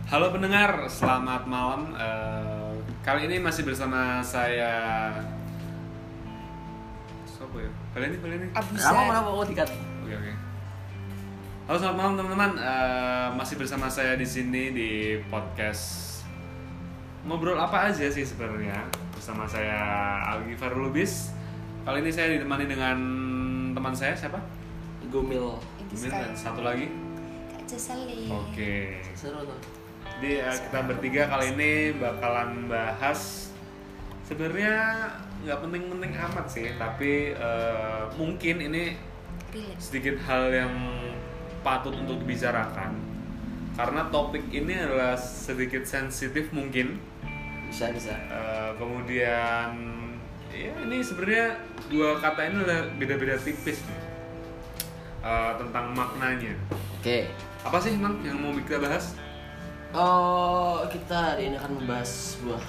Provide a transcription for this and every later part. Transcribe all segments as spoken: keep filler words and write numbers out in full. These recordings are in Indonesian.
Halo pendengar, selamat malam. Uh, kali ini masih bersama saya. Siapa ya? Kali ini, kali ini. Abuzar. Kamu mana mau dikat? Oke oke. Halo selamat malam teman-teman. Uh, masih bersama saya di sini di podcast ngobrol apa aja sih sebenarnya bersama saya Algi Farlubis. Kali ini saya ditemani dengan teman saya siapa? Gumil. Gumil dan satu lagi. Kak Cesali. Oke. Seru tuh. Jadi uh, kita bertiga kali ini bakalan bahas sebenarnya nggak penting-penting amat sih, tapi uh, mungkin ini sedikit hal yang patut untuk dibicarakan karena topik ini adalah sedikit sensitif mungkin. Bisa bisa. Uh, kemudian ya ini sebenarnya dua kata ini adalah beda-beda tipis nih uh, tentang maknanya. Oke. Okay. Apa sih emang yang mau kita bahas? Oh, kita hari ini akan membahas sebuah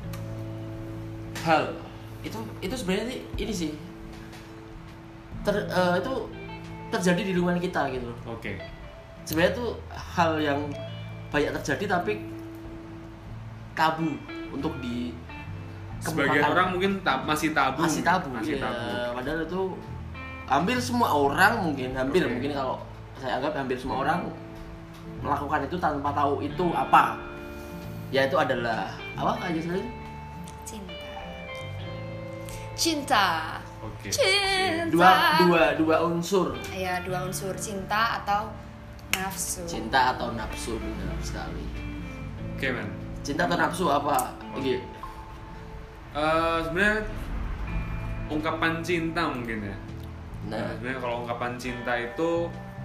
hal. Itu itu sebenarnya ini sih. Ter, uh, itu terjadi di lingkungan kita gitu. Oke. Okay. Sebenarnya itu hal yang banyak terjadi tapi tabu untuk di sebagian orang mungkin tab, masih tabu. Masih tabu. Masih ya, tabu. Padahal itu hampir semua orang mungkin hampir okay. mungkin kalau saya anggap hampir semua orang melakukan itu tanpa tahu itu apa. Ya itu adalah apa aja selain cinta. Cinta. Oke. Cinta. Dua dua dua unsur. Ya, dua unsur cinta atau nafsu. Cinta atau nafsu benar sekali. Oke, man. Cinta atau nafsu apa? Oke. Uh, sebenarnya ungkapan cinta mungkin ya. Nah, nah sebenarnya kalau ungkapan cinta itu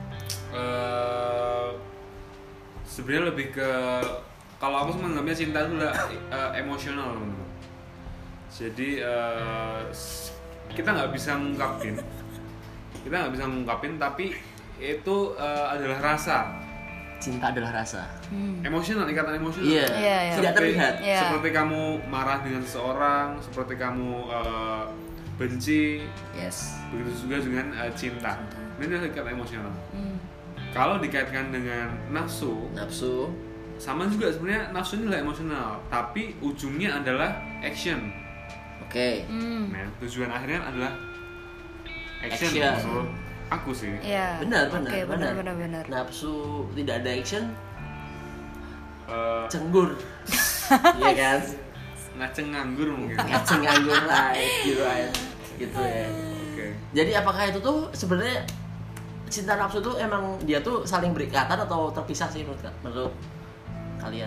uh, sebenarnya lebih ke kalau aku menganggapnya cinta itu adalah uh, emosional teman-teman. Jadi uh, kita nggak bisa ngungkapin, kita nggak bisa ngungkapin, tapi itu uh, adalah rasa. Cinta adalah rasa. Hmm. Emosional, ikatan emosional. Iya. Yeah, yeah. Tidak terlihat. Yeah. Seperti kamu marah dengan seseorang, seperti kamu uh, benci. Yes. Begitu juga dengan uh, cinta. Ini adalah ikatan emosional. Hmm. Kalau dikaitkan dengan nafsu, Nafsu sama juga sebenarnya nafsu ini adalah emosional, tapi ujungnya adalah action. Oke. Okay. Hmm. Nah, tujuan akhirnya adalah action. Action. Menurut aku sih. Iya. Benar, benar, okay, benar, benar. benar, benar. Nafsu tidak ada action, Uh, cenggur. Iya kan? ngaceng nganggur mungkin. Ngaceng nganggur lah, gitu ya. Gitu ya. Oke. Jadi apakah itu tuh sebenarnya cinta nafsu tuh emang dia tuh saling berikatan atau terpisah sih menurut menurut kalian?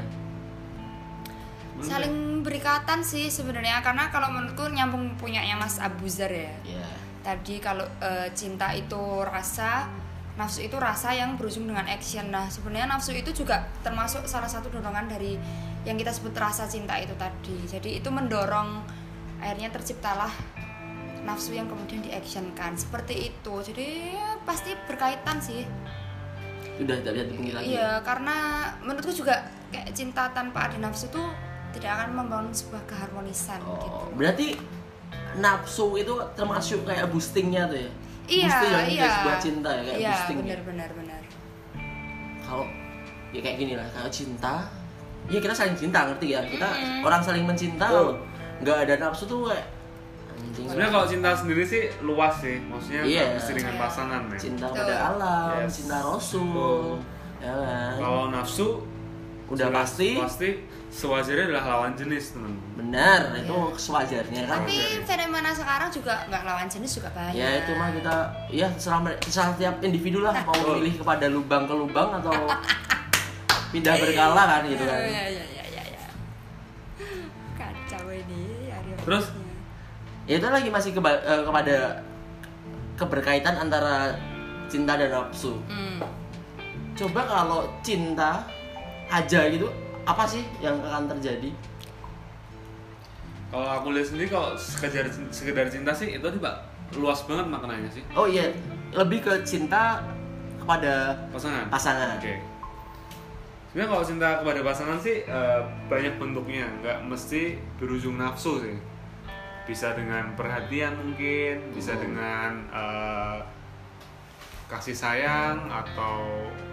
Saling berikatan sih sebenarnya, karena kalau menurutku nyambung punyanya Mas Abuzar ya. Iya. Tadi kalau e, cinta itu rasa, nafsu itu rasa yang berujung dengan action. Nah, sebenarnya nafsu itu juga termasuk salah satu dorongan dari yang kita sebut rasa cinta itu tadi. Jadi itu mendorong, akhirnya terciptalah nafsu yang kemudian diactionkan seperti itu. Jadi ya, pasti berkaitan sih. Sudah tidak bisa dipungkiri lagi. Iya, karena menurutku juga kayak cinta tanpa ada nafsu tuh tidak akan membangun sebuah keharmonisan Oh, gitu. berarti nafsu itu termasuk kayak boostingnya tuh ya? Iya, boosting yang iya. sebuah cinta ya, kayak iya, boosting. benar, benar, benar. Kalau ya kayak gini lah, kalau cinta, ya kita saling cinta, ngerti ya? Kita Mm. orang saling mencinta, Oh. nggak ada nafsu tuh kayak anjing. Sebenarnya kalau cinta sendiri sih luas sih, maksudnya Iya. nggak mesti dengan pasangan ya. cinta Betul. pada alam, Yes. cinta Rasul, Betul. ya kan? Kalau nafsu Udah jelas- pasti. pasti sewajarnya adalah lawan jenis teman. Benar, itu Iya. sewajarnya kan. Tapi fenomena sekarang juga nggak lawan jenis juga banyak. Ya itu mah kita, ya terserah, terserah tiap individu lah mau Betul. memilih kepada lubang ke lubang atau pindah berkala kan gitu kan. Ya, ya, ya, ya, ya. Kacau ini hari Terus? Ya itu lagi masih keba- eh, kepada keberkaitan antara cinta dan nafsu. Hmm. Coba kalau cinta aja gitu, apa sih yang akan terjadi? Kalau aku lihat sendiri kalau sekedar sekedar cinta sih itu tiba luas banget maknanya sih. Oh iya, lebih ke cinta kepada Pasangan. pasangan. Oke. Sebenarnya kalau cinta kepada pasangan sih uh, banyak bentuknya, nggak mesti berujung nafsu sih. Bisa dengan perhatian mungkin, bisa Hmm. dengan uh, kasih sayang atau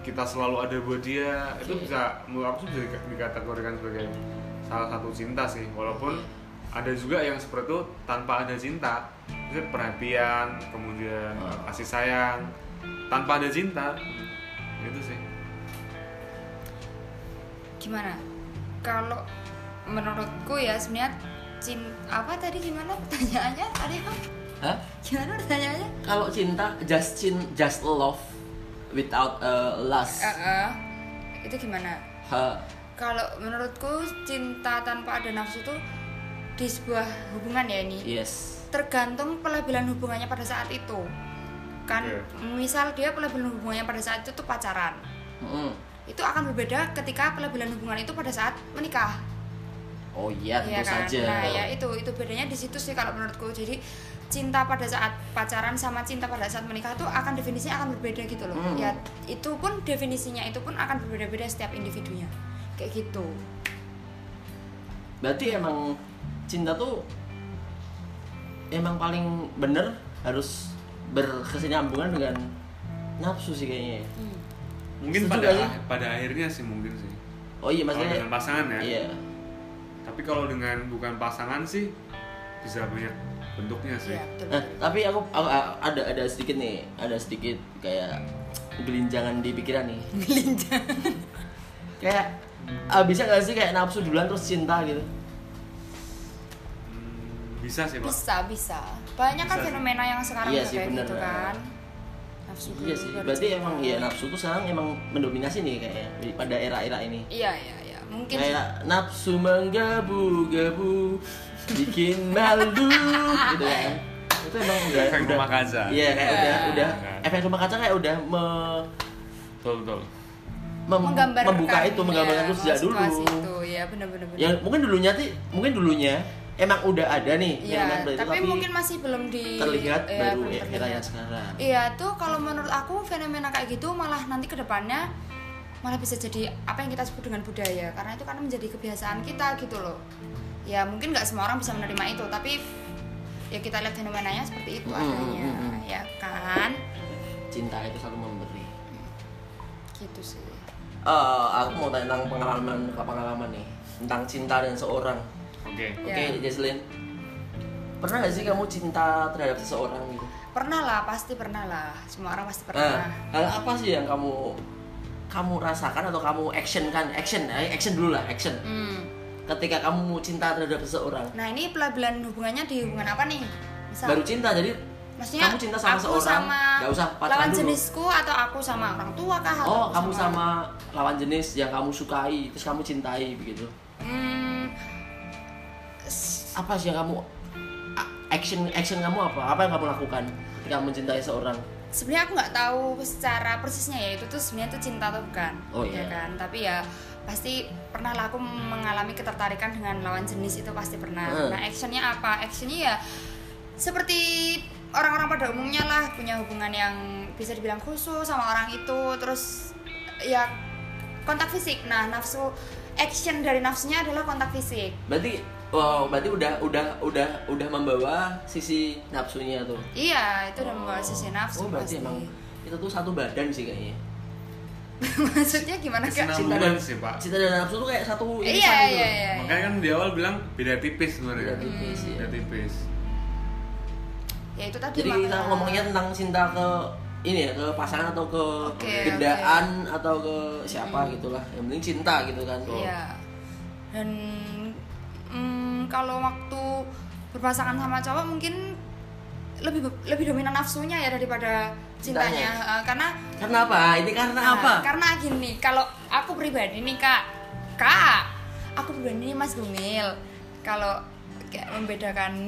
kita selalu ada buat dia, itu bisa menurut aku bisa dikategorikan sebagai salah satu cinta sih. Walaupun ada juga yang seperti itu tanpa ada cinta, itu perhatian, kemudian kasih sayang tanpa ada cinta, itu sih. Gimana? Kalau menurutku ya sebenarnya cinta apa tadi gimana pertanyaannya? Ada apa? Hah? Gimana pertanyaannya? Kalau cinta just cin just love without uh, lust. Uh, uh, itu gimana? Ha. Kalau menurutku cinta tanpa ada nafsu tuh di sebuah hubungan ya ini. Yes. Tergantung pelabelan hubungannya pada saat itu. Kan yeah. Misal dia pelabelan hubungannya pada saat itu tuh pacaran. Mm. Itu akan berbeda ketika pelabelan hubungan itu pada saat menikah. Oh iya, tentu ya kan? saja. Nah, ya itu itu bedanya di situ sih kalau menurutku. Jadi cinta pada saat pacaran sama cinta pada saat menikah tuh akan definisinya akan berbeda gitu loh. Hmm. Ya itu pun definisinya itu pun akan berbeda-beda setiap individunya. Kayak gitu. Berarti emang cinta tuh emang paling bener harus berkesinambungan dengan nafsu sih kayaknya. Hmm. Mungkin Setuju pada sih? pada akhirnya sih mungkin sih. Oh iya maksudnya dengan pasangan ya. Iya. Tapi kalau dengan bukan pasangan sih bisa banyak bentuknya sih. Ya, betul, Nah, betul. tapi aku, aku ada ada sedikit nih, ada sedikit kayak gelinjangan di pikiran nih. Gelinjang. Kayak ah, bisa gak sih kayak nafsu duluan terus cinta gitu? Hmm, bisa sih, Pak. Bisa, bisa. Banyak kan Bisa fenomena yang sekarang Iya udah sih, kayak bener. gitu kan. Nafsu Iya dulu, sih. baru Berarti cinta. emang ya nafsu tuh sekarang emang mendominasi nih kayaknya pada era-era ini. Iya, iya, iya. Mungkin Kayak nafsu menggebu-gebu bikin malu gitu kan. Itu emang udah Efek udah rumah kaca. Iya, kayak Iya. udah udah Kan. efek rumah kaca kayak udah me, Betul, betul. mem- menggambarkan membuka itu, menggambarkan ya, itu sejak dulu. situasi itu, ya benar-benar. Ya mungkin dulunya tuh mungkin dulunya emang udah ada nih Iya, fenomena itu, tapi, mungkin masih belum di terlihat ya, baru belum ya, era terlihat. yang sekarang. Iya tuh kalau menurut aku fenomena kayak gitu malah nanti kedepannya malah bisa jadi apa yang kita sebut dengan budaya, karena itu kan menjadi kebiasaan kita gitu loh. Ya mungkin nggak semua orang bisa menerima itu, tapi ya kita lihat fenomenanya seperti itu Mm, adanya, mm, mm. ya kan? Cinta itu selalu memberi. Gitu sih. Eh, aku mau tanya tentang pengalaman pengalaman nih tentang cinta dan seorang. Oke. Ya. Oke, Jesslyn. Pernah gak sih kamu cinta terhadap seseorang gitu? Pernah lah, pasti pernah lah. Semua orang pasti Nah, pernah. hal apa sih yang kamu kamu rasakan atau kamu action kan? Action, eh, action dulu lah, action. Hmm. Ketika kamu cinta terhadap seseorang, Nah ini pelabelan hubungannya di hubungan apa nih? Misal, baru cinta jadi maksudnya kamu cinta sama aku seorang, sama nggak usah pacaran lawan dulu. jenisku atau aku sama orang tua kah? Atau Oh, aku kamu sama lawan jenis yang kamu sukai, terus kamu cintai begitu. Hmm, s- Apa sih yang kamu a- action action kamu apa? Apa yang kamu lakukan ketika mencintai seorang? sebenarnya aku nggak tahu secara persisnya ya itu tuh sebenarnya tuh cinta atau bukan, Oh, ya iya. kan? Tapi ya pasti pernah lah aku mengalami ketertarikan dengan lawan jenis itu pasti pernah. Hmm. Nah actionnya apa? Actionnya ya seperti orang-orang pada umumnya lah, punya hubungan yang bisa dibilang khusus sama orang itu, terus ya kontak fisik. Nah nafsu action dari nafsunya adalah kontak fisik. Berarti wow, berarti udah udah udah udah membawa sisi nafsunya tuh. Iya itu udah membawa sisi nafsu. Oh, berarti pasti. emang itu tuh satu badan sih kayaknya. Maksudnya gimana kak? Kesinambungan dan- sih, Pak. Cinta dan nafsu tuh kayak satu Iya irisan gitu iya loh. iya. Makanya kan di awal bilang beda tipis sebenarnya. Beda tipis, Hmm. ya. Beda tipis. Ya itu tadi. Jadi kita makanya. ngomongnya tentang cinta ke ini ya, ke pasangan atau ke Oke, gendaan atau ke siapa gitulah. Yang penting cinta gitu kan. Iya. Dan mm, kalau waktu berpasangan sama cowok mungkin lebih lebih dominan nafsunya ya daripada cintanya. Eh, karena Karena apa? Ini karena nah, apa? Karena gini, kalau aku pribadi nih kak, kak, aku pribadi nih Mas Gumil. Kalau kayak membedakan.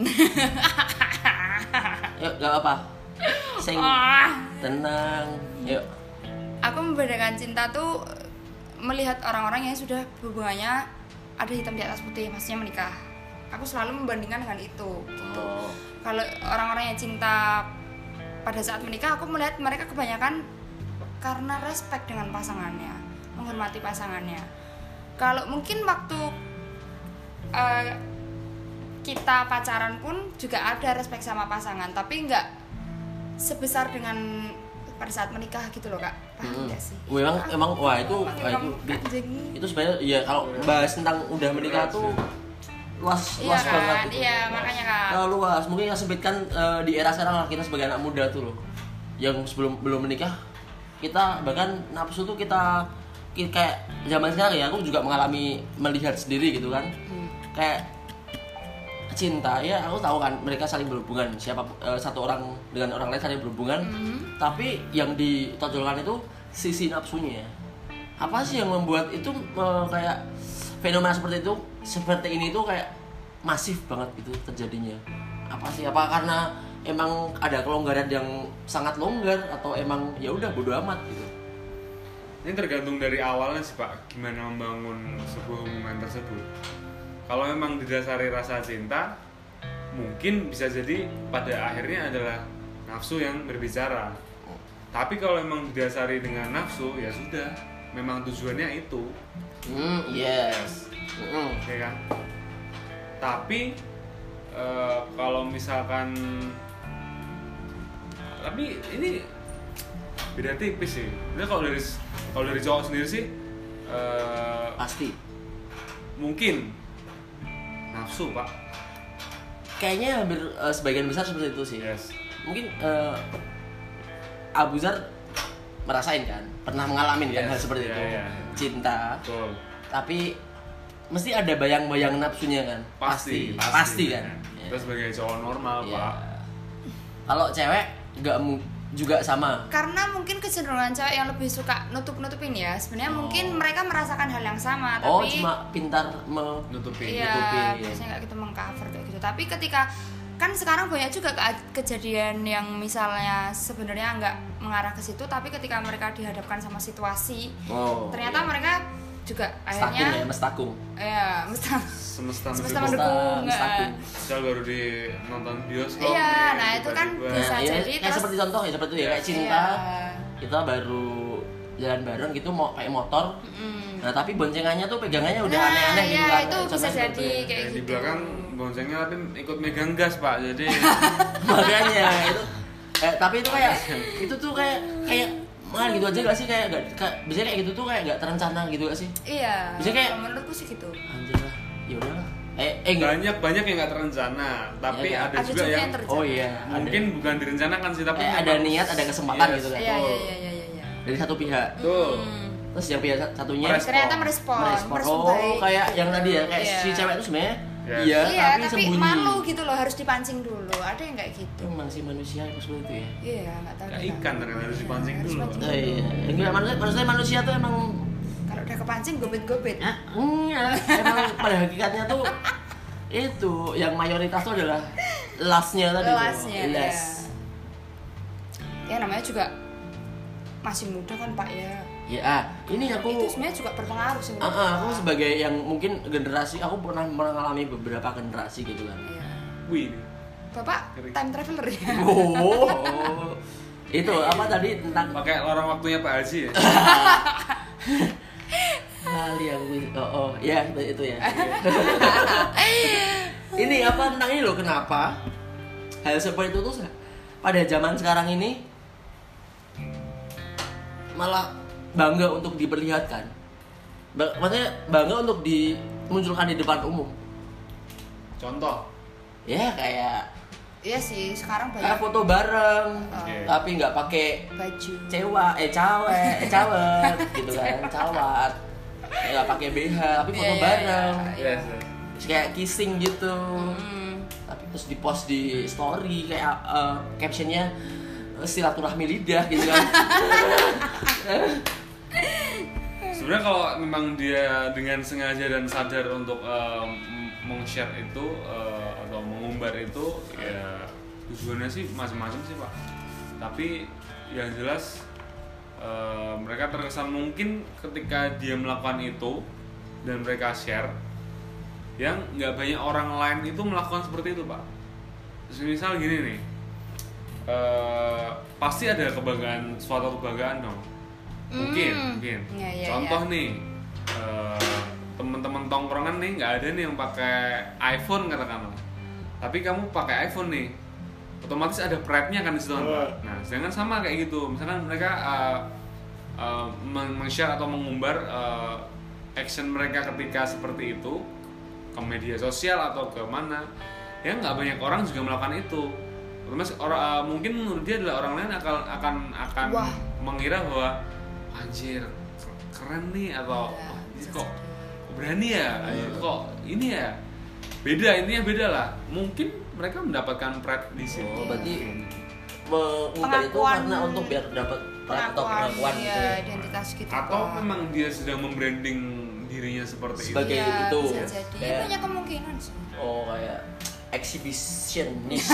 Yuk, gak apa. Sing Ah. tenang. Yuk. Aku membedakan cinta tuh melihat orang-orang yang sudah hubungannya ada hitam di atas putih, maksudnya menikah. Aku selalu membandingkan dengan itu. Gitu. Oh. Kalau orang-orang yang cinta pada saat menikah, aku melihat mereka kebanyakan karena respect dengan pasangannya, menghormati pasangannya. Kalau mungkin waktu uh, kita pacaran pun juga ada respect sama pasangan, tapi nggak sebesar dengan pada saat menikah gitu loh kak, paham nggak sih? Memang Ah, emang wah itu pakai wah, itu orang anjing. itu sebenarnya ya kalau bahas tentang udah menikah tuh luas Iya luas kan, banget itu. iya makanya kak. Terlalu luas. Mungkin yang sempitkan uh, di era sekarang lah kita sebagai anak muda tuh loh. Yang sebelum belum menikah kita bahkan nafsu tuh kita, kita kayak zaman sekarang ya aku juga mengalami melihat sendiri gitu kan. Hmm. Kayak cinta ya aku tahu kan mereka saling berhubungan siapa uh, satu orang dengan orang lain saling berhubungan mm-hmm. tapi yang ditonjolkan itu sisi nafsunya. Apa sih yang membuat itu uh, kayak fenomena seperti itu seperti ini tuh kayak masif banget gitu terjadinya? Apa sih, apa karena emang ada kelonggaran yang sangat longgar atau emang ya udah bodo amat gitu? Ini tergantung dari awalnya sih Pak, gimana membangun sebuah hubungan tersebut. Kalau memang didasari rasa cinta, mungkin bisa jadi pada akhirnya adalah nafsu yang berbicara. Tapi kalau memang didasari dengan nafsu, ya sudah, memang tujuannya itu. Hmm, yes. Mm. Oke kan? Tapi e, kalau misalkan, tapi ini beda tipis sih. Ini kalau dari kalau dari cowok sendiri sih, e, pasti. Mungkin. Nafsu pak, kayaknya hampir uh, sebagian besar seperti itu sih. Yes. Mungkin uh, Abu Zar merasain kan, pernah mengalami yes. kan hal seperti yeah, itu yeah. Cinta. Betul. Tapi mesti ada bayang-bayang nafsunya kan. Pasti, pasti, pasti, pasti kan. Kita yeah. sebagai cowok normal yeah. pak. Kalau cewek nggak mu- juga sama. Karena mungkin kecenderungan cewek yang lebih suka nutup-nutupin ya. Sebenarnya oh. mungkin mereka merasakan hal yang sama, tapi oh cuma pintar menutupin. Iya, biasanya nggak gitu mengcover kayak gitu. Tapi ketika kan sekarang banyak juga ke- kejadian yang misalnya sebenarnya nggak mengarah ke situ, tapi ketika mereka dihadapkan sama situasi, oh, ternyata iya. mereka juga akhirnya ya, mestakung. Iya, mestakung. Semesta, semesta mendukung. Misal baru di nonton bioskop. Iya, nih, nah itu kan bisa nah, jadi ya, kayak terus seperti contoh ya seperti itu ya kayak cinta. Iya. Kita baru jalan bareng gitu mau pakai motor. Mm. Nah, tapi boncengannya tuh pegangannya udah nah, aneh-aneh gitu iya, kan. Itu bisa jadi ya. kayak gitu. Di belakang boncengnya tapi ikut megang gas, Pak. Jadi makanya itu eh, tapi itu kayak itu tuh kayak kayak mah gitu aja gak sih kayak gak, kayak biasanya kayak gitu tuh kayak gak terencana gitu gak sih? Iya. Biasanya kayak menurutku sih gitu. Anjir lah, ya udahlah. Eh, eh banyak banyak yang gak terencana, tapi ya, ada, ada juga yang, yang oh iya, mungkin ada. bukan direncanakan sih, tapi eh, ada niat, ada kesempatan yes. gitu kan. Iya, iya, iya, iya, iya. Dari satu pihak. Tuh. Hmm. Terus yang pihak satunya merespon. ternyata merespon. merespon. Oh, kayak yang tadi ya, kayak yeah. si cewek itu sebenarnya yes. iya, iya, tapi, tapi sembunyi. malu gitu loh, harus dipancing dulu. Ada yang kayak gitu. Emang sih manusia itu seperti itu ya. Iya, enggak tahu. Kayak ikan ternyata harus dipancing dulu. Oh, iya. Enggak manusia, manusia manusia tuh emang kalau udah kepancing gobet-gobet. Nah, enggak, emang pada hakikatnya tuh itu yang mayoritas tuh adalah lastnya tadi lastnya, tuh. Last. Ya. ya namanya juga masih muda kan Pak ya. Ya, ah, ini aku itu sebenarnya juga berpengaruh sebenarnya. Uh, uh, aku sebagai yang mungkin generasi, aku pernah mengalami beberapa generasi gitu kan. Iya. Wih. Bapak time traveler ya. Oh. oh. Itu apa tadi tentang pakai lorong waktunya Pak Haji ya. Hal yang oh, oh ya itu ya. Ini apa tentang ini loh, kenapa hal seperti itu tuh pada zaman sekarang ini malah bangga untuk diperlihatkan, maksudnya bangga untuk dimunculkan di depan umum. Contoh? Ya kayak iya sih sekarang banyak kayak foto bareng, okay. tapi nggak pakai baju cewa, eh cawet, eh cawet, gitu kan, cawat, nggak pakai B H, tapi foto yeah, bareng, yeah, yeah. Terus kayak kissing gitu, mm. tapi terus di post di story kayak uh, captionnya silaturahmi lidah gitu kan. Sebenarnya kalau memang dia dengan sengaja dan sadar untuk uh, meng-share itu uh, atau mengumbar itu, ya tujuannya sih macam-macam sih Pak. Tapi yang jelas uh, mereka terkesan mungkin ketika dia melakukan itu dan mereka share, yang nggak banyak orang lain itu melakukan seperti itu Pak. Misal gini nih, uh, pasti ada kebanggaan, suatu kebanggaan dong. Mungkin, hmm. mungkin. Ya, ya, Contoh ya. nih, uh, teman-teman tongkrongan nih nggak ada nih yang pakai iPhone katakanlah, tapi kamu pakai iPhone nih, otomatis ada pride-nya kan di situ kan Pak. Nah, sedangkan sama kayak gitu. Misalkan mereka uh, uh, meng-share atau mengumbar uh, action mereka ketika seperti itu ke media sosial atau ke mana, ya nggak banyak orang juga melakukan itu. Otomatis orang uh, mungkin menurut dia adalah orang lain akan akan akan Wah. mengira bahwa anjir keren nih atau Ya, oh, ini bisa kok jadi. berani ya, Ayo, kok ini ya beda, intinya beda lah. Mungkin mereka mendapatkan pride di situ. Oh, berarti mengubah itu Pengakuan- karena untuk biar dapat pride atau pengakuan pengakuan gitu ya, ya. identitas gitu Atau Pak. memang dia sedang membranding dirinya seperti Sebagai itu. Iya, itu. bisa jadi. Kayak- Banyak kemungkinan sih. Oh, kayak exhibitionist.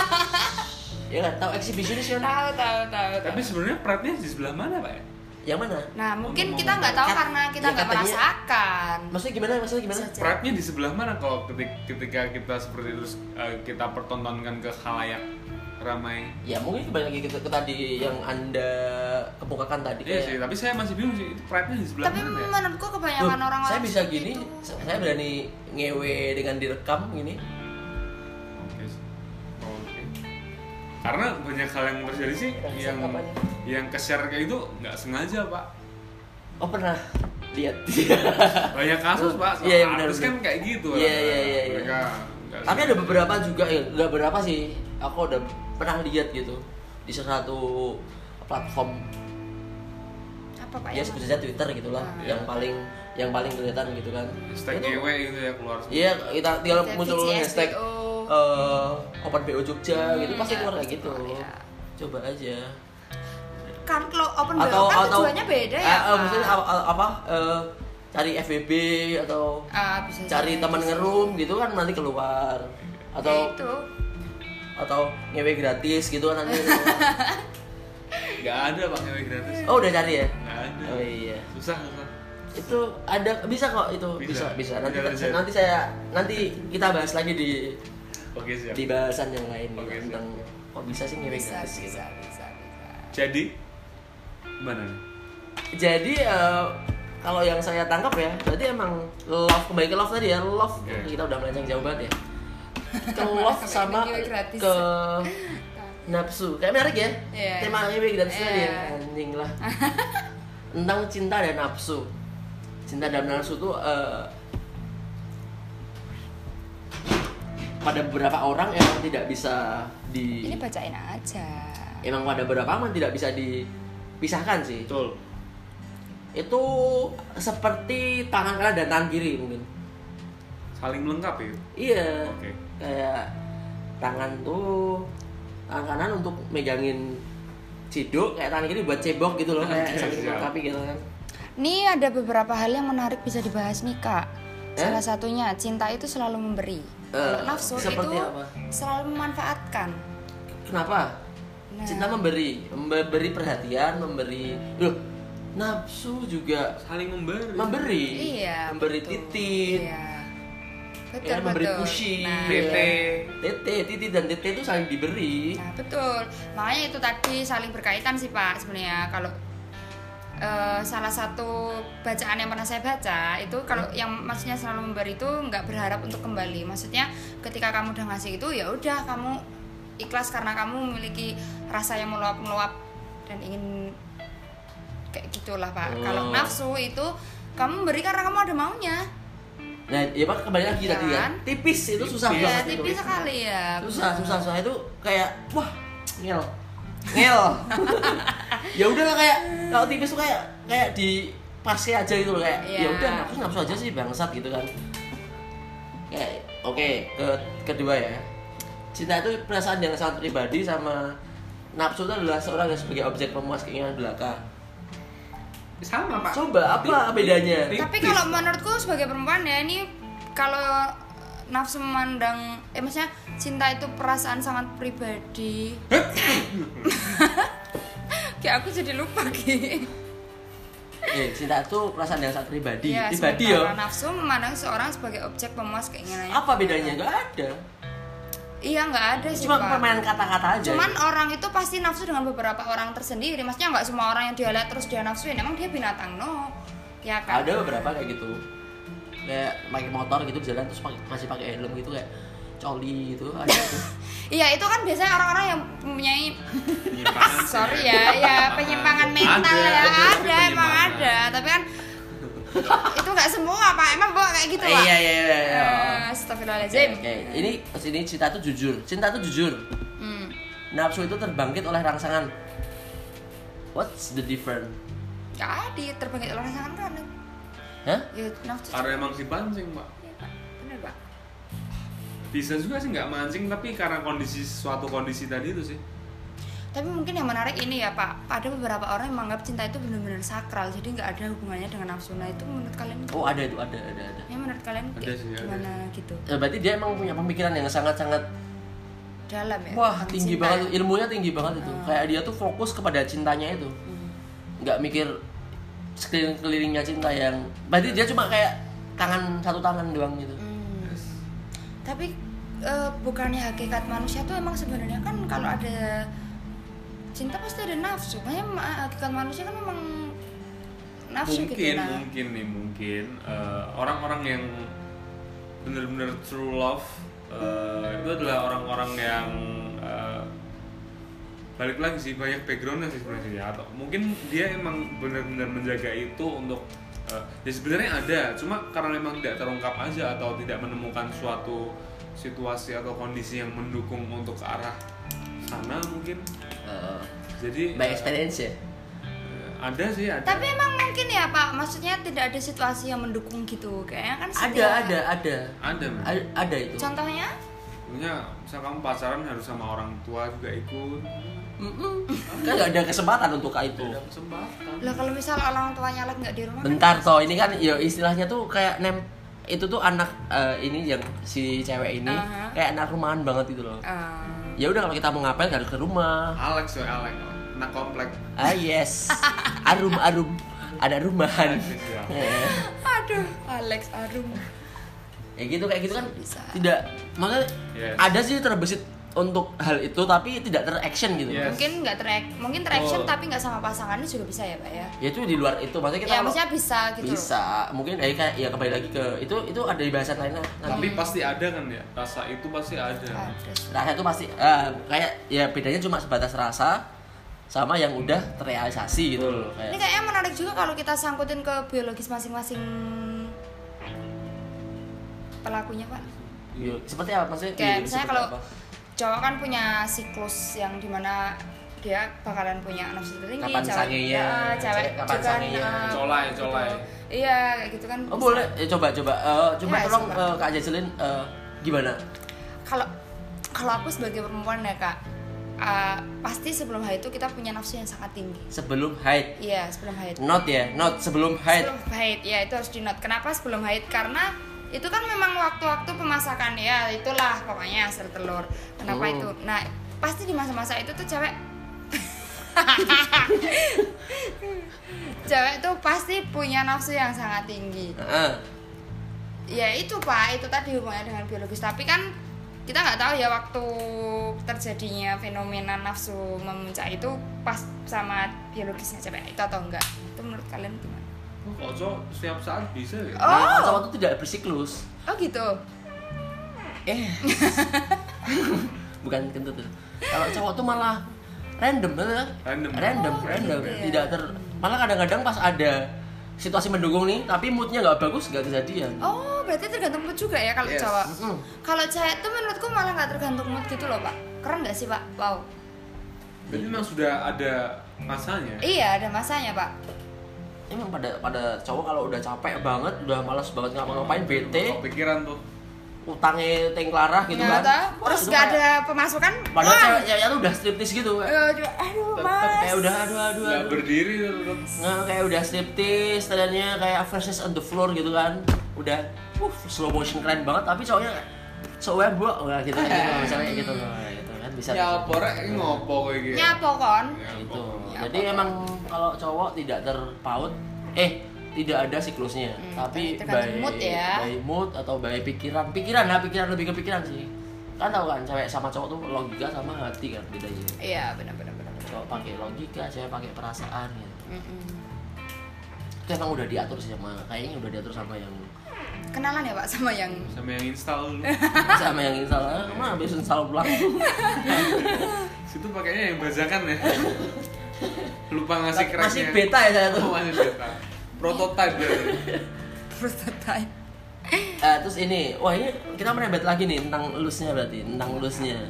Ya kan, tahu exhibitionist kan? Tahu tahu tahu. Tapi tahu. sebenarnya pride-nya di sebelah mana Pak ya? Yang mana? Nah, mungkin Ngomong- kita nggak tahu kat- karena kita ya, nggak katanya- merasakan. Maksudnya gimana? Maksudnya gimana? Bisa jadi. Pride-nya di sebelah mana kalau ketika, ketika kita seperti itu uh, kita pertontonkan ke khalayak ramai? Ya mungkin kembali lagi ke, ke tadi yang Anda kemukakan tadi. Iya kayak, sih, tapi saya masih bingung sih pride-nya di sebelah Tapi mana ya? menurutku kebanyakan "Loh, orang saya bisa seperti gini, itu. saya berani ngewe dengan direkam gini. Oke sih. Oke. Karena banyak hal yang terjadi sih Rasa yang apanya? yang ke-share kayak itu nggak sengaja Pak. Oh pernah lihat. Banyak kasus Pak, Iya, iya, benar, artis kan benar. kayak gitu. Iya, lah. iya, iya, iya. Mereka nggak Tapi ada sengaja. beberapa juga, ya nggak berapa sih. Aku udah pernah lihat gitu di salah satu platform. Apa Pak Ya yang sebut saja Twitter gitulah, Ah. yang paling yang paling kelihatan gitu kan. Hashtag Itu- ngewe gitu ya keluar semua. Iya, kita tinggal Hashtag muncul V C S B O. hashtag eh, Open B O Jogja gitu Hmm, pasti ya, keluar kayak pasti gitu. keluar, ya. Coba aja. kan kalau open Atau bar kan atau tujuannya beda ya. eh, eh, Pak? maksudnya apa, apa eh, cari F W B atau Ah, bisa cari jadi teman sih. ngerum gitu kan nanti keluar. Ya Atau itu. atau ngewe gratis gitu kan nanti keluar. Nggak ada Pak ngewe gratis. Oh, udah cari ya? Nggak ada. Oh iya. Susah susah. Itu ada bisa kok itu bisa Bisa. bisa, nanti Bisa, bisa. nanti saya nanti kita bahas lagi di Oke siap. di bahasan yang lain gitu, Oke, siap. tentang kok bisa sih ngewe Bisa, gratis gitu. bisa, bisa, bisa. Jadi gimana nih? Jadi eh, kalau yang saya tangkap ya, berarti emang love, kembali ke love tadi ya, love. Oke. Kita udah melenceng jauh banget ya. Ke love Sampai sama ngewe gratis. ke nafsu. Kayak menarik ya. Iya. Tema ngewe gratis tadi ya. Iya. Anjing lah. Tentang cinta dan nafsu. Cinta dan nafsu tuh eh, pada beberapa orang emang tidak bisa di Ini bacain aja. emang pada beberapa orang tidak bisa dipisahkan sih. Betul. Itu seperti tangan kanan dan tangan kiri mungkin. Saling melengkapi. Iya. Oke. Kayak tangan tuh tangan kanan untuk megangin ciduk, kayak tangan kiri buat cebok gitu loh, kayak Oke, saling siap. melengkapi gitu kan. Nih ada beberapa hal yang menarik bisa dibahas nih Kak. Eh? Salah satunya cinta itu selalu memberi. Kalau Eh, nafsu seperti itu apa? selalu memanfaatkan. Kenapa? Nah, Cinta memberi, memberi perhatian, memberi. Loh, nafsu juga Saling memberi. memberi. Iya. Memberi betul. titit. Iya. Betul, Ya, memberi betul. pushing. Nah, Tete. Tete, titit dan tete itu saling diberi. Nah, betul. Makanya itu tadi saling berkaitan sih Pak sebenarnya. Kalau eh, salah satu bacaan yang pernah saya baca itu kalau yang maksudnya selalu memberi itu nggak berharap untuk kembali. Maksudnya ketika kamu udah ngasih itu ya udah kamu ikhlas karena kamu memiliki rasa yang meluap-meluap dan ingin kayak gitulah Pak. Oh. Kalau nafsu itu kamu memberi karena kamu ada maunya. Nah, ya Pak kembali lagi Iya tadi kan. kan? Tipis itu susah Tipis. Ya, banget itu. tipis sekali ya. Susah, susah, susah itu kayak wah, ngel. Ngel. Ya udahlah kayak kalau tipis tuh kayak kayak di pasti aja gitu loh kayak Iya. ya udah nafsu nafsu aja sih bangsat gitu kan. Kayak oke, ke kedua ya. Cinta itu perasaan yang sangat pribadi, sama nafsu itu adalah seorang yang sebagai objek pemuas keinginan belaka. Sama Pak. Coba apa bedanya? Tipis. Tapi kalau menurutku sebagai perempuan ya ini kalau nafsu memandang eh maksudnya cinta itu perasaan sangat pribadi. Kayak aku jadi lupa Ki. Eh, cinta itu perasaan yang sangat pribadi. Iya, pribadi sementara ya. nafsu memandang seorang sebagai objek pemuas keinginannya. Apa bedanya? Gak ada. Iya nggak ada sih Cuma Pak. permainan kata-kata aja. Cuman orang itu pasti nafsu dengan beberapa orang tersendiri. Maksudnya nggak semua orang yang dia lihat terus dia nafsuin. Emang dia binatang no? Ya kan. Ada beberapa kayak gitu, kayak pakai motor gitu jalan terus pake, masih pakai helm gitu kayak coli gitu ada tuh. Iya itu kan biasanya orang-orang yang mempunyai Penyimpangan sih sorry ya, ya penyimpangan mental Ada, ya ada, ada, tapi emang penyimpangan. ada, tapi kan itu nggak semua pak, emang bawa kayak gitu pak. Iya iya iya. iya. Eh, Astagfirullahaladzim. Oke, ini sini cinta tuh jujur. Cinta tuh jujur. Hmm. Nafsu itu terbangkit oleh rangsangan. What's the difference? Ya di terbangkit oleh rangsangan kan. Hah? Ya nafsu. Karena emang si pancing pak. Iya, Pak. Bener pak. Bisa juga sih nggak mancing tapi karena kondisi suatu kondisi tadi itu sih. Tapi mungkin yang menarik ini ya Pak, ada beberapa orang yang menganggap cinta itu benar-benar sakral, jadi nggak ada hubungannya dengan nafsu. Nah itu menurut kalian? Oh ada itu ada ada ada. Ya menurut kalian Ada kayak sih, ada. gimana gitu? Ya, berarti dia emang punya pemikiran yang sangat-sangat Dalam ya? wah tentang tinggi cinta banget, ya? ilmunya tinggi banget itu. Hmm. Kayak dia tuh fokus kepada cintanya itu, Hmm. nggak mikir sekeliling-kelilingnya cinta yang. Berarti dia cuma kayak tangan satu tangan doang gitu. Hmm. Yes. Tapi eh, bukannya hakikat manusia tuh emang sebenarnya kan kalau ada cinta pasti ada nafsu. Makanya ma- hakikat manusia kan memang nafsu Mungkin gitu nah. mungkin nih mungkin eh, orang-orang yang benar-benar true love eh, itu adalah orang-orang yang eh, balik lagi sih banyak backgroundnya sih sebenarnya ya. Atau mungkin dia emang benar-benar menjaga itu untuk eh, ya sebenarnya ada cuma karena memang tidak terungkap aja atau tidak menemukan suatu situasi atau kondisi yang mendukung untuk ke arah sana mungkin. Uh, Jadi by eh, experience ya. eh, ada sih ada. Tapi emang mungkin ya Pak, maksudnya tidak ada situasi yang mendukung gitu. Kayaknya kan Ada setiap- ada ada Ada men. ada, ada itu. Contohnya? Punya, misal kamu pacaran harus sama orang tua juga ikut. Mm-mm. Kan nggak ada kesempatan untuk kayak itu. Ada kesempatan. Lah kalau misal orang tuanya lagi nggak di rumah. Bentar toh, ini kan ya istilahnya tuh kayak nem itu tuh anak eh, ini yang si cewek ini Aha. kayak anak rumahan banget itu loh. Eh, Ya udah kalau kita mau ngapain harus ke rumah. Alex ya Alex, anak komplek. Ah yes, arum arum ada rumahan. Eh, aduh, Alex Arum. ya gitu kayak gitu kan Bisa. tidak makanya Yes. ada sih terbesit untuk hal itu tapi tidak teraction gitu. Yes. Mungkin nggak ter mungkin teraction Oh. tapi nggak sama pasangannya juga bisa ya Pak ya. Ya itu di luar itu maksudnya kita Ya kalau- maksudnya bisa gitu. loh. bisa mungkin eh, kayak ya kembali lagi ke itu itu ada di bahasan lainnya nanti. Tapi pasti ada kan ya, rasa itu pasti ada. Ada. Rasa itu pasti eh, kayak ya bedanya cuma sebatas rasa sama yang udah terrealisasi gitu loh Ini kayak. kayaknya menarik juga kalau kita sangkutin ke biologis masing-masing pelakunya Pak. Yo, seperti apa maksudnya? Kayak Yo, misalnya seperti kalau apa? cowok kan punya siklus yang dimana dia bakalan punya nafsu tertinggi, Kapan cewek, sangenya, ya, cewek kapan juga sangenya. eh, Colai, gitu. colai. Iya, kayak gitu kan. Oh bisa. boleh, ya, coba coba Eh, coba Ya, tolong coba. eh, Kak Jaselin eh, gimana? Kalau kalau aku sebagai perempuan ya Kak, eh, pasti sebelum haid itu kita punya nafsu yang sangat tinggi. Sebelum haid, Iya, sebelum haid. not ya, not sebelum haid. Sebelum haid, ya itu harus di note. Kenapa sebelum haid? Karena itu kan memang waktu-waktu pemasakan ya, itulah pokoknya hasil telur. Kenapa Hmm. itu? Nah, pasti di masa-masa itu tuh cewek cewek tuh pasti punya nafsu yang sangat tinggi. Heeh. Ya itu Pak, itu tadi hubungannya dengan biologis. Tapi kan kita nggak tahu ya waktu terjadinya fenomena nafsu memuncak itu pas sama biologisnya cewek itu atau enggak. Itu menurut kalian gimana? Oh, kok cowok setiap saat bisa ya? Oh. Nah, cowok itu tidak bersiklus. Oh gitu. Eh. Bukan kentut tuh. Kalau cowok tuh malah random bener. Random. Random, Oh, random. gitu ya. Tidak ter malah kadang-kadang pas ada situasi mendukung nih, tapi moodnya nggak bagus, nggak kejadian. Oh, berarti tergantung mood juga ya kalau Yes. cowok. Mm-mm. Kalau cewek tuh menurutku malah nggak tergantung mood gitu loh, Pak. Keren nggak sih, Pak? Wow. Berarti memang sudah ada masanya. Iya, ada masanya, Pak. Emang pada pada cowok kalau udah capek banget, udah malas banget ngapa-ngapain, bete, Kok pikiran tuh. utangnya tengklarah gitu Nggak kan. tahu. Wah, Terus itu nggak kayak- ada pemasukan. Padahal wah. cewek ceweknya tuh udah striptis gitu. Kayak, Eh, aduh, aduh, Mas. kayak udah aduh aduh Nggak aduh. berdiri tetap. Nah, kayak udah striptis, tadinya kayak versus on the floor gitu kan. Udah uh, slow motion keren banget, tapi cowoknya cowoknya buat wah gitu kan gitu, misalnya kayak gitu loh. Gitu kan bisa. Ya apa rek ngopo kayak gitu. Nyapo kon. Gitu. Ya, Jadi apa-apa. emang kalau cowok tidak terpaut eh tidak ada siklusnya, Hmm, tapi tergantung by mood ya. by mood atau by pikiran. Pikiran lah, pikiran lebih ke pikiran sih. Kan tahu kan cewek sama cowok tuh logika sama hati kan bedanya. Iya, benar benar benar. benar. Cowok pakai logika, cewek pakai perasaan gitu. Mm-mm. itu emang udah diatur sih sama kayaknya udah diatur sama yang kenalan ya Pak sama yang sama yang install dulu. sama yang install kamu habis install pulang Situ pakainya yang bajakan ya. Lupa ngasih cracknya. masih beta ya saya tuh. Oh, masih beta. Prototype ya. prototype. Uh, terus ini, wah ini kita merembet lagi nih tentang loose-nya berarti, tentang loose-nya.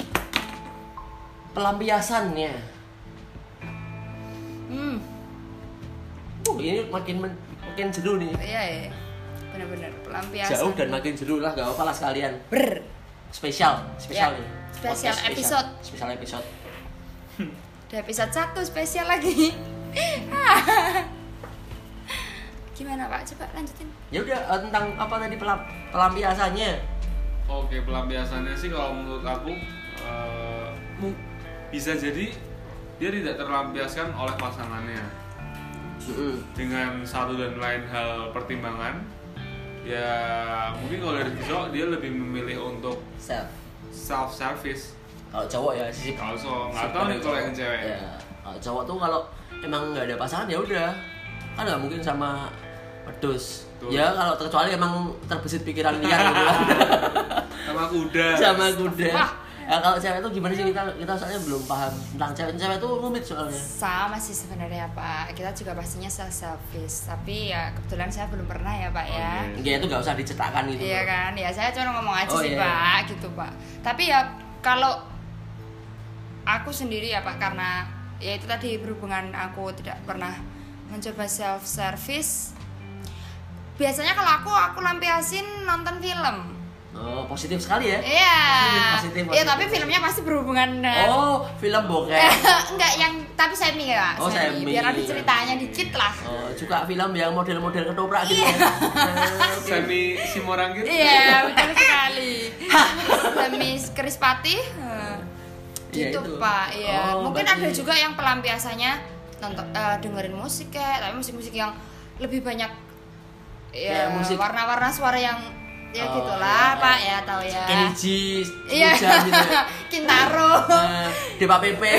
Pelampiasannya. Hmm. Uh, ini makin men, makin jeru nih. Iya ya. Benar-benar pelampiasan. Jauh dan makin jeru lah, gak apa-apa lah sekalian. Ber. Spesial, spesial Ya, nih. spesial Podcast episode. Spesial episode. Di episode satu spesial lagi. Gimana Pak? Coba lanjutin. Ya udah uh, tentang apa tadi pelam, pelampiasannya. Oke, pelampiasannya sih kalau menurut aku uh, bisa jadi dia tidak terlampiaskan oleh pasangannya. Mm-hmm. Dengan satu dan lain hal pertimbangan, ya mungkin kalau dari cowok dia lebih memilih untuk Self. self service. Kalau cowok ya sih. Kalau so nggak tahu nih kalau yang cewek. Ya, kalau cowok tuh kalau emang nggak ada pasangan ya udah, kan nggak mungkin sama pedus. Betul. Ya kalau kecuali emang terbesit pikiran liar gitu kan. Sama kuda. Sama kuda. Ya, kalau cewek tuh gimana sih kita kita soalnya belum paham tentang cewek. Cewek tuh rumit soalnya. Sama sih sebenarnya Pak. Kita juga pastinya self service. Tapi ya kebetulan saya belum pernah ya Pak ya. Oh, Iya itu nggak usah dicetakkan gitu. Iya kan, ya saya cuma ngomong aja Oh, sih iya. Pak, gitu Pak. Tapi ya kalau aku sendiri ya Pak, karena ya itu tadi berhubungan aku tidak pernah mencoba self service. Biasanya kalau aku aku lampiasin nonton film. Oh positif sekali ya. Iya. Positif, positif, Iya tapi positif. filmnya pasti berhubungan dengan Oh film bokep. enggak yang tapi semi ya, Oh, semi. biar ada ceritanya dikit lah. Oh juga film yang model-model ketoprak gitu. Iya. Ya. Nah, oke. Semi Simorangkit. Iya, betul sekali. Semi Krispati. Iya, Gitu, itu. Pak. Iya. Oh, Mungkin berarti- ada juga yang pelampiasannya nonton eh, dengerin musik kayak, tapi musik-musik yang lebih banyak ya Kayak musik- warna-warna suara yang ya Oh, gitulah, iya. Pak, ya tahu ya. Kenichi, Iya. hujan gitu ya. Kintaro. Nah, Depa Pepe.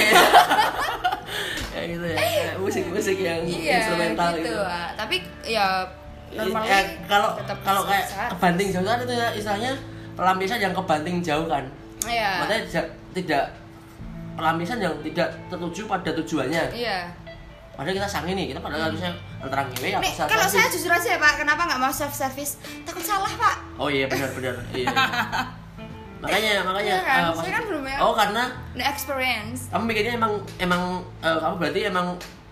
Kayak gitu ya. Kayak musik-musik yang Iya, instrumental gitu. gitu. Ah. Tapi ya normalnya Eh, kalau tetap kalau kayak self-service. kebanting jauh kan itu ya istilahnya pelampiasan yang kebanting jauh kan. Iya. Makanya tidak, tidak pelampiasan yang tidak tertuju pada tujuannya. Iya. Padahal kita sang ini, kita padahal harusnya antara ngewe atau Nih, self kalau saya service. jujur aja ya Pak, kenapa nggak mau self service? Takut salah Pak. Oh iya benar-benar. Iya. makanya makanya Iya kan? eh, Saya kan belum ya. Oh karena The experience. kamu mikirnya emang emang eh, kamu berarti emang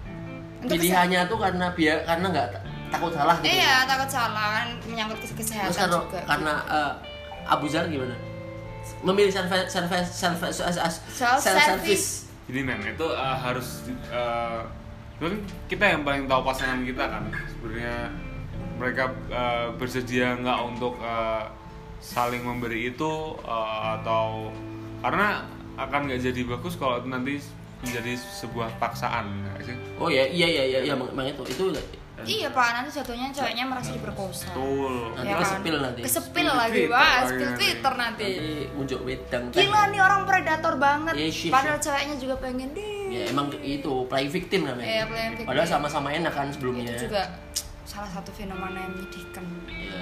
Untuk pilihannya tuh karena biar karena nggak t- takut salah gitu. Iya, takut salah kan menyangkut kes- kesehatan Terus kalau juga. karena eh, Abu Zar gimana? Memilih service service service self Self-service. service. Jadi men itu uh, harus uh, kan kita yang paling tahu pasangan kita kan sebenarnya mereka uh, bersedia nggak untuk uh, saling memberi itu uh, atau karena akan nggak jadi bagus kalau itu nanti menjadi sebuah paksaan nggak sih? Oh iya iya iya iya ya, emang itu itu Iya Pak, nanti jatuhnya ceweknya merasa diperkosa. Betul. nanti Ya kan? kesepil nanti. Kesepil Spill lagi Twitter Pak, lagi spill nanti. Twitter nanti. Nanti muncul wedang. Gila nih orang predator banget. Yes, yes, Padahal yes. ceweknya juga pengen deh. Ya emang itu play victim namanya. Iya, play victim. Padahal sama-sama enak kan sebelumnya. Itu juga salah satu fenomena yang menyedihkan. Iya.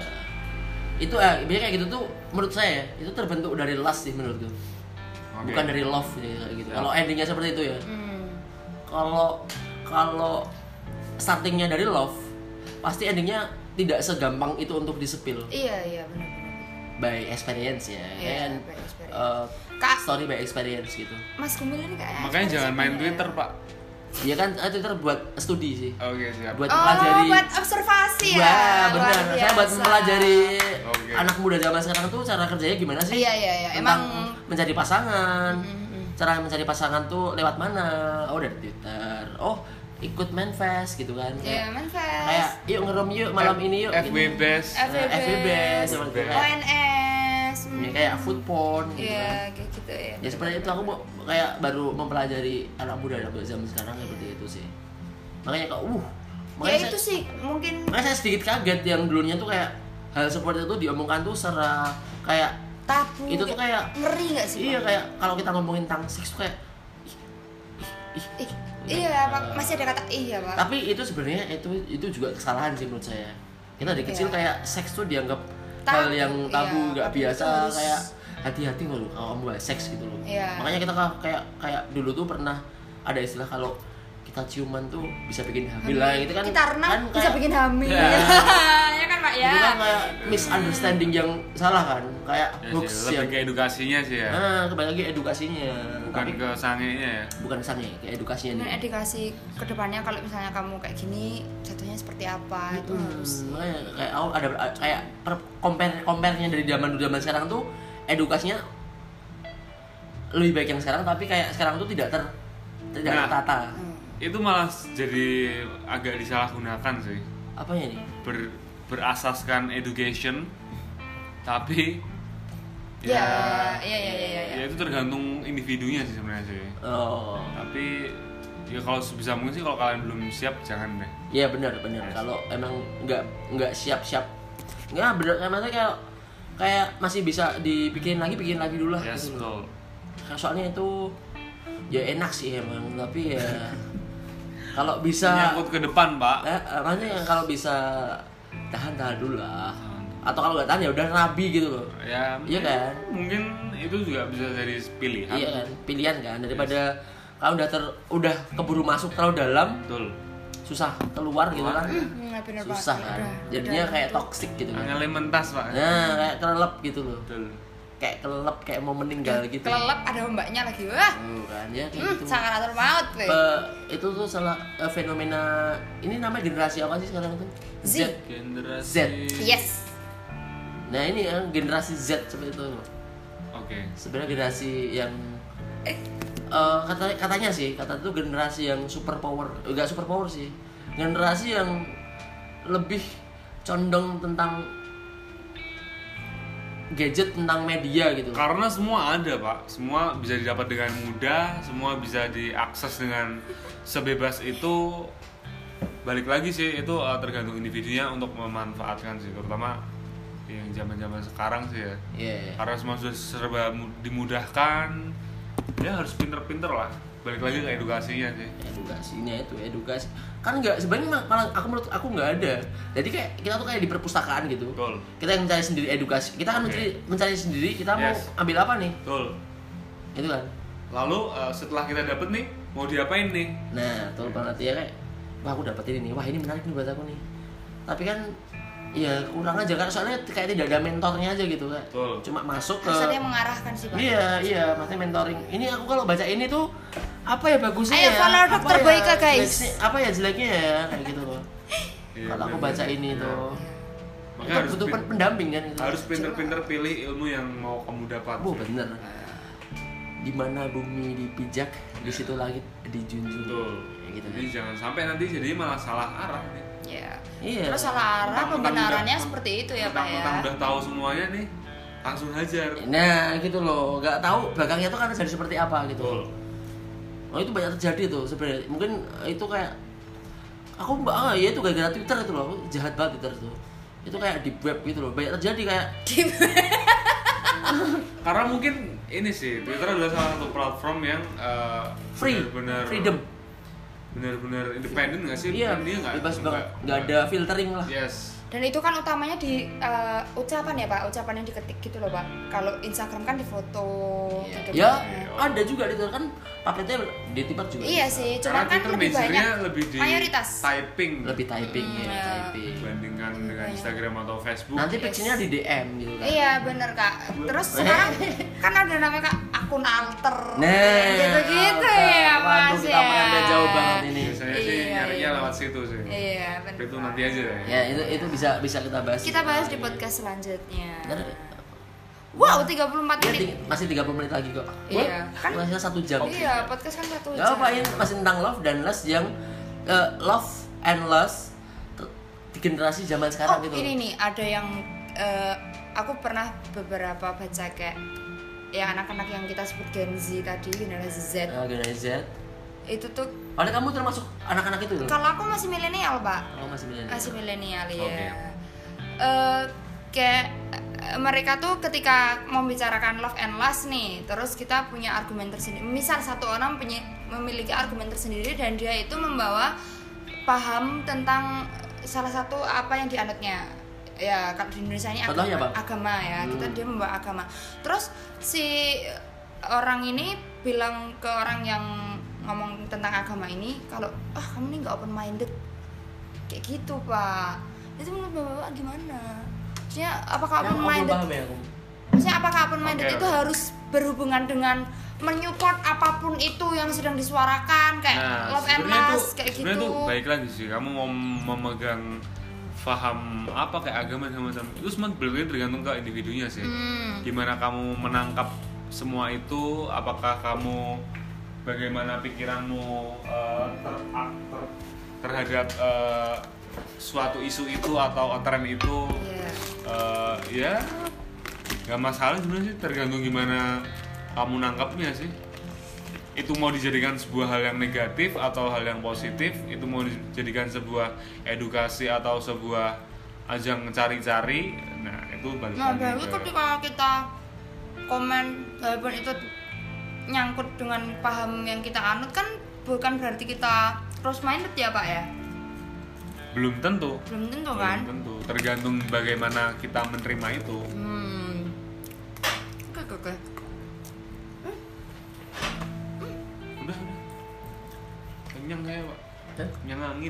Itu eh biasanya kayak gitu tuh menurut saya itu terbentuk dari lust sih menurutku. Oke. Bukan dari love gitu, kayak gitu. Ya. Kalau endingnya seperti itu ya. Hmm. Kalau kalau startingnya dari love, pasti endingnya tidak segampang itu untuk disepil. Iya, iya benar-benar. By experience ya, Iya, kan? by experience. Eh, Kak, story by experience gitu. Mas Gumil ini kayak Makanya jangan main Twitter pak. Iya kan, eh, Twitter buat studi sih, Oke siap. buat Oh, mempelajari. buat observasi ya. Wah, benar. Luar Saya buat biasa. mempelajari Oke. anak muda zaman sekarang tuh cara kerjanya gimana sih? Iya, iya, iya. Tentang Emang mencari pasangan. Mm-mm. Cara mencari pasangan tuh lewat mana? Oh, dari Twitter. Oh, ikut manfest gitu kan. Iya, Kayak, manfest. kayak yuk ngerem yuk malam ini yuk. F W gitu. best. F W B. Nah, F W B seperti itu. O N S. Ya, kayak food porn gitu Iya, kan. kayak gitu ya. Ya seperti itu aku mau kayak baru mempelajari anak muda anak muda zaman sekarang seperti itu sih. Makanya kok uh Ya makanya itu saya, sih mungkin makanya saya sedikit kaget yang dulunya tuh kayak hal seperti itu diomongkan tuh secara kayak tabu. itu tuh kayak ngeri nggak sih? iya Pak? kayak kalau kita ngomongin tentang seks tuh kayak ih, ih, Ih, Iya, Pak. Masih ada kata iya, Pak. Tapi itu sebenarnya itu itu juga kesalahan sih menurut saya. Kita dari kecil Iya. kayak seks tuh dianggap Tabu, hal yang tabu, iya, nggak tapi biasa, itu harus- kayak hati-hati loh kalau kamu bahas seks gitu loh. Iya. Makanya kita ka- kayak kayak dulu tuh pernah ada istilah kalau kita ciuman tuh bisa bikin hamil lah gitu kan. Kita renang kan bisa kayak- bikin hamil. Ya. Ya kan, Pak ya? Itu kan kayak misunderstanding yang salah kan, kayak Ya hoax sih, lebih yang ke edukasinya sih ya. nah kembali lagi edukasinya, Bukan tapi ke sangenya ya. bukan kesannya ke edukasinya Dan nih. edukasi kedepannya kalau misalnya kamu kayak gini jatuhnya seperti apa itu Hmm, harus. makanya kayak oh, ada kayak per, compare compare-nya dari zaman dulu zaman sekarang tuh edukasinya lebih baik yang sekarang, tapi kayak sekarang tuh tidak ter tidak Nah. tertata. Hmm. Itu malah jadi agak disalahgunakan sih. Apanya nih? Ber, berasaskan education, tapi Ya, ya, ya, ya, ya. ya itu tergantung individunya sih sebenarnya sih. Oh, Tapi ya kalau sebisa mungkin sih kalau kalian belum siap jangan deh. iya benar benar. Yes. Kalau emang nggak nggak siap-siap, nggak benar maksudnya kayak kayak masih bisa dipikirin lagi, pikirin lagi dulu lah. Yes, gitu betul. loh. Soalnya itu ya enak sih emang, tapi ya kalau bisa Nyangkut ke depan, Pak. eh, eh, maksudnya kalau bisa tahan tahan dulu lah. Atau kalau nggak tahan ya udah nabi gitu loh. Ya, Iya kan? mungkin itu juga bisa jadi pilihan. Iya kan, pilihan kan daripada kalau udah ter udah keburu masuk terlalu dalam, Betul. susah keluar gitu kan. Hmm, bener banget. Susah kan. Udah, Jadinya udah kayak itu. toxic gitu kan. Angel mentas, Pak. Nah, kayak kelelep gitu loh. Betul. Kayak kelelep kayak mau meninggal gitu. Kelelep ada mbaknya lagi. Wah. Oh, kan ya kayak Hmm, gitu. sakaratul maut, weh. Eh, itu tuh salah eh, fenomena ini namanya generasi apa sih sekarang tuh? Z. Generasi Z. Yes. Nah, ini ya generasi Z seperti itu. Oke. Sebenarnya generasi yang eh kata katanya sih, kata itu generasi yang super power, enggak super power sih. Generasi yang lebih condong tentang gadget, tentang media gitu. Karena semua ada, Pak. Semua bisa didapat dengan mudah, semua bisa diakses dengan sebebas itu. Balik lagi sih, itu uh, tergantung individunya untuk memanfaatkan sih, terutama yang zaman-zaman sekarang sih ya. Iya. Karena semua sudah serba mu- dimudahkan, ya harus pinter-pinter lah. Balik lagi ke edukasinya sih. Edukasinya itu edukasi kan nggak sebenarnya mal- malah aku menurut aku nggak ada. Jadi kayak kita tuh kayak di perpustakaan gitu. Betul. Kita yang mencari sendiri edukasi. Kita kan Oke. mencari mencari sendiri. Kita mau Yes. ambil apa nih? Betul. Itu kan. Lalu uh, setelah kita dapet nih, mau diapain nih? Nah, betul banget ya kayak wah aku dapat ini nih. Wah ini menarik nih buat aku nih. Tapi kan ya kurang aja kan soalnya kayak tidak ada mentornya aja gitu kan. Betul. Cuma masuk ke Kesannya mengarahkan sih, Pak. iya iya maksudnya mentoring. Ini aku kalau baca ini tuh apa ya bagusnya Ayo ya? follow Apa Dokter ya Boyka, guys. jeleknya- Apa ya jeleknya ya kayak gitu loh. Iya, Kalau aku bener. baca ini Iya. tuh Makanya itu harus butuh pin- pendamping kan gitu. harus pinter-pinter pilih ilmu yang mau kamu dapat. Oh bener. Di mana bumi dipijak, di situ langit dijunjung. Betul. Kayak gitu Jadi kan. jangan sampai nanti jadi malah salah arah nih. Ya. Iya. Terus salah arah Mentang-mentang pembenarannya udah- seperti itu ya, Pak ya. Mentang-mentang udah tahu semuanya nih, langsung hajar. Nah gitu loh, nggak tahu belakangnya tuh kan jadi seperti apa gitu. Betul. Oh itu banyak terjadi tuh sebenarnya. Mungkin itu kayak aku mbak ah ya itu gara-gara Twitter itu loh, jahat banget Twitter tuh. Itu kayak di web gitu loh, banyak terjadi kayak Karena mungkin ini sih Twitter adalah salah satu platform yang uh, free, benar-benar freedom. benar-benar independen nggak sih? Iya, Dia nggak bebas nggak- banget, nggak ada filtering lah. Yes. Dan itu kan utamanya di uh, ucapan ya, Pak. Ucapan yang diketik gitu loh, Pak. Kalau Instagram kan di foto Iya. gitu. Ya, Nah. ada juga itu kan publiknya di Twitter juga. Iya bisa. sih, Karena cuma kan Twitter lebih banyak majornya lebih di mayoritas. typing Lebih typing ya, Hmm, typing. dibandingkan dengan Iya. Instagram atau Facebook. Nanti Yes. picture-nya di D M gitu kan. Iya bener Kak. Terus sekarang kan ada namanya Kak akun alter. Nah, gitu-gitu alter. ya Mas Waduh, kita ya. mengambil jauh banget ini. Biasanya sih Iya, nyarinya iya. lewat situ sih. Iya bener. Itu nanti aja ya. Ya itu itu bisa bisa kita bahas. Kita bahas di podcast selanjutnya. Bener. Wow, tiga puluh empat Ya, menit. ting- masih tiga puluh menit lagi kok. Iya, kan Masih satu jam. Iya, podcast kan satu Ya jam. apa ini masih tentang love dan lust yang eh, love and lust t- di generasi zaman sekarang Oh, gitu. ini nih ada yang eh, aku pernah beberapa baca kayak yang anak-anak yang kita sebut Gen Z tadi, generasi Z. Nah, generasi Z. Itu tuh Oleh kamu termasuk anak-anak itu loh. kalau aku masih milenial, Pak. Oh, masih milenial. Masih milenial ya. Oke. Eh, kayak eh, mereka tuh ketika membicarakan love and lust nih, terus kita punya argumen tersendiri. Misal satu orang punya memiliki argumen tersendiri dan dia itu membawa paham tentang salah satu apa yang dianutnya. Ya kalau di Indonesia ini agama, Contohnya, Bang? agama ya. Hmm. Kita dia membawa agama. Terus si orang ini bilang ke orang yang ngomong tentang agama ini kalau ah kamu ini nggak open minded kayak gitu Pak. Itu menurut Bapak gimana? Maksudnya apakah Yang open aku minded? paham ya, aku. Maksudnya apakah open minded Oke, itu oke. harus berhubungan dengan menyupport apapun itu yang sedang disuarakan kayak Nah, love and sebenarnya lust tuh, kayak sebenarnya gitu. tuh baik lagi sih. Kamu mau memegang paham apa kayak agama sama macam itu semua berbeda tergantung ke individunya sih. Hmm. Gimana kamu menangkap semua itu? Apakah kamu bagaimana pikiranmu eh, ter- ter- terhadap eh, suatu isu itu atau tren itu? Iya. Eh, ya nggak masalah sebenarnya sih, tergantung gimana kamu nangkapnya sih. Itu mau dijadikan sebuah hal yang negatif atau hal yang positif, itu mau dijadikan sebuah edukasi atau sebuah ajang cari-cari, nah itu balik Nah, lagi berarti ke- ketika kita komen walaupun itu nyangkut dengan paham yang kita anut kan bukan berarti kita close minded ya Pak ya? belum tentu, Belum tentu belum kan? tentu, tergantung bagaimana kita menerima itu. Hmm. Oke oke oke. Udah, udah, kenyang saya Pak, Hah? kenyang angin.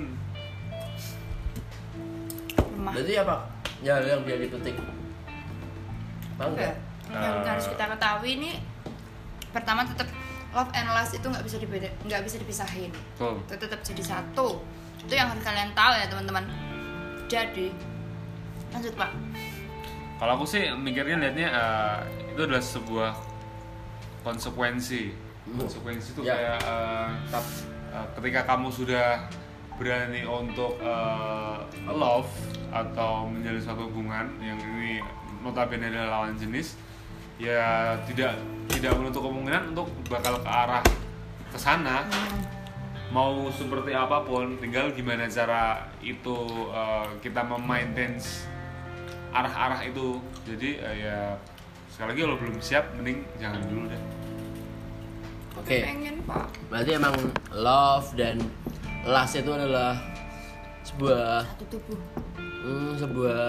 Lemah. Berarti apa? Ya yang biar dipetik. Bang Oke. enggak? Yang Uh, harus kita ketahui ini pertama tetap love and lust itu nggak bisa dibeda, nggak bisa dipisahin. Betul. Itu tetap jadi satu. Itu yang harus kalian tahu ya teman-teman. Jadi lanjut Pak. Kalau aku sih mikirnya liatnya eh, itu adalah sebuah konsekuensi. Konsekuensi itu Ya. kayak eh, tap- eh, ketika kamu sudah berani untuk eh, love atau menjalin suatu hubungan yang ini notabene adalah lawan jenis, ya tidak tidak menutup kemungkinan untuk bakal ke arah ke sana. Mau seperti apapun, tinggal gimana cara itu eh, kita memaintain arah-arah itu. Jadi eh, ya sekali lagi kalau belum siap mending jangan dulu deh. Oke. Pengen Pak. Berarti emang love dan lust itu adalah sebuah Satu tubuh. hmm, sebuah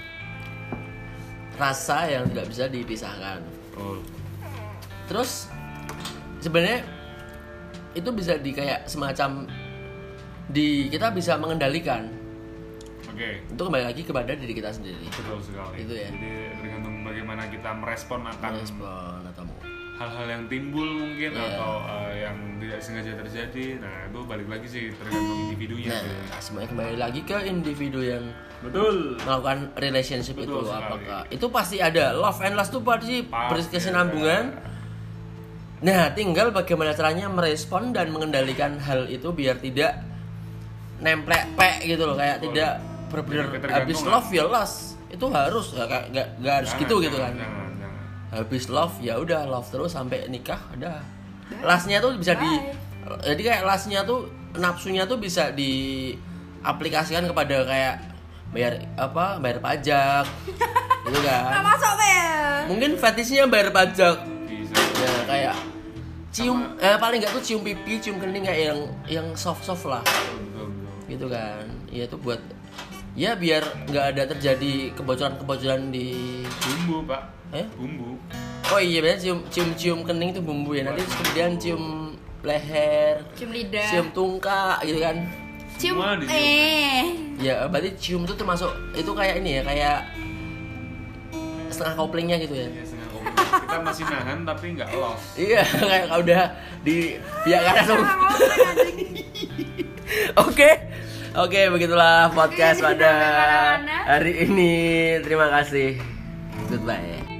rasa yang tidak bisa dipisahkan. Oh. Terus sebenarnya itu bisa di kayak semacam di kita bisa mengendalikan. Oke, Itu kembali lagi kepada diri kita sendiri. betul sekali. Itu ya. Jadi tergantung bagaimana kita merespon akan Respon atau hal-hal yang timbul mungkin Iya. atau eh, yang tidak sengaja terjadi. Nah itu balik lagi sih tergantung individunya. sih. nah, semuanya kembali lagi ke individu yang Betul. melakukan relationship Betul itu sekali. apakah itu pasti ada love and lust itu pasti Pasti berkesinambungan. Nah, tinggal bagaimana caranya merespon dan mengendalikan hal itu biar tidak nemplek pek gitu loh, kayak Betul. tidak benar-benar Ketergantungan. habis love ya lust. Itu harus ya kayak nggak nggak harus Jangan, gitu gitu jangan, kan. Jangan, jangan. Habis love ya udah love terus sampai nikah ada. Lastnya tuh bisa di jadi kayak lastnya tuh nafsunya tuh bisa diaplikasikan kepada kayak bayar apa bayar pajak gitu kan. masuk Be. Mungkin fetishnya bayar pajak. Bisa. Ya kayak cium eh paling nggak tuh cium pipi, cium kening kayak yang yang soft soft lah, Betul, betul, betul. gitu kan. Ya itu buat ya biar nggak ada terjadi kebocoran-kebocoran di Bumbu pak. eh Bumbu. oh iya benar cium cium cium kening itu bumbu ya, nanti terus kemudian cium leher, Cium lidah. cium tungkak gitu kan. Cium Semua dicium. eh. Ya berarti cium itu termasuk itu kayak ini ya, kayak setengah koplingnya gitu ya. Iya, setengah kopi. Kita masih nahan tapi nggak lost. Iya, kayak kalau udah di pihak kanan tuh. Oke. Oke, begitulah podcast pada hari ini. Terima kasih. Goodbye.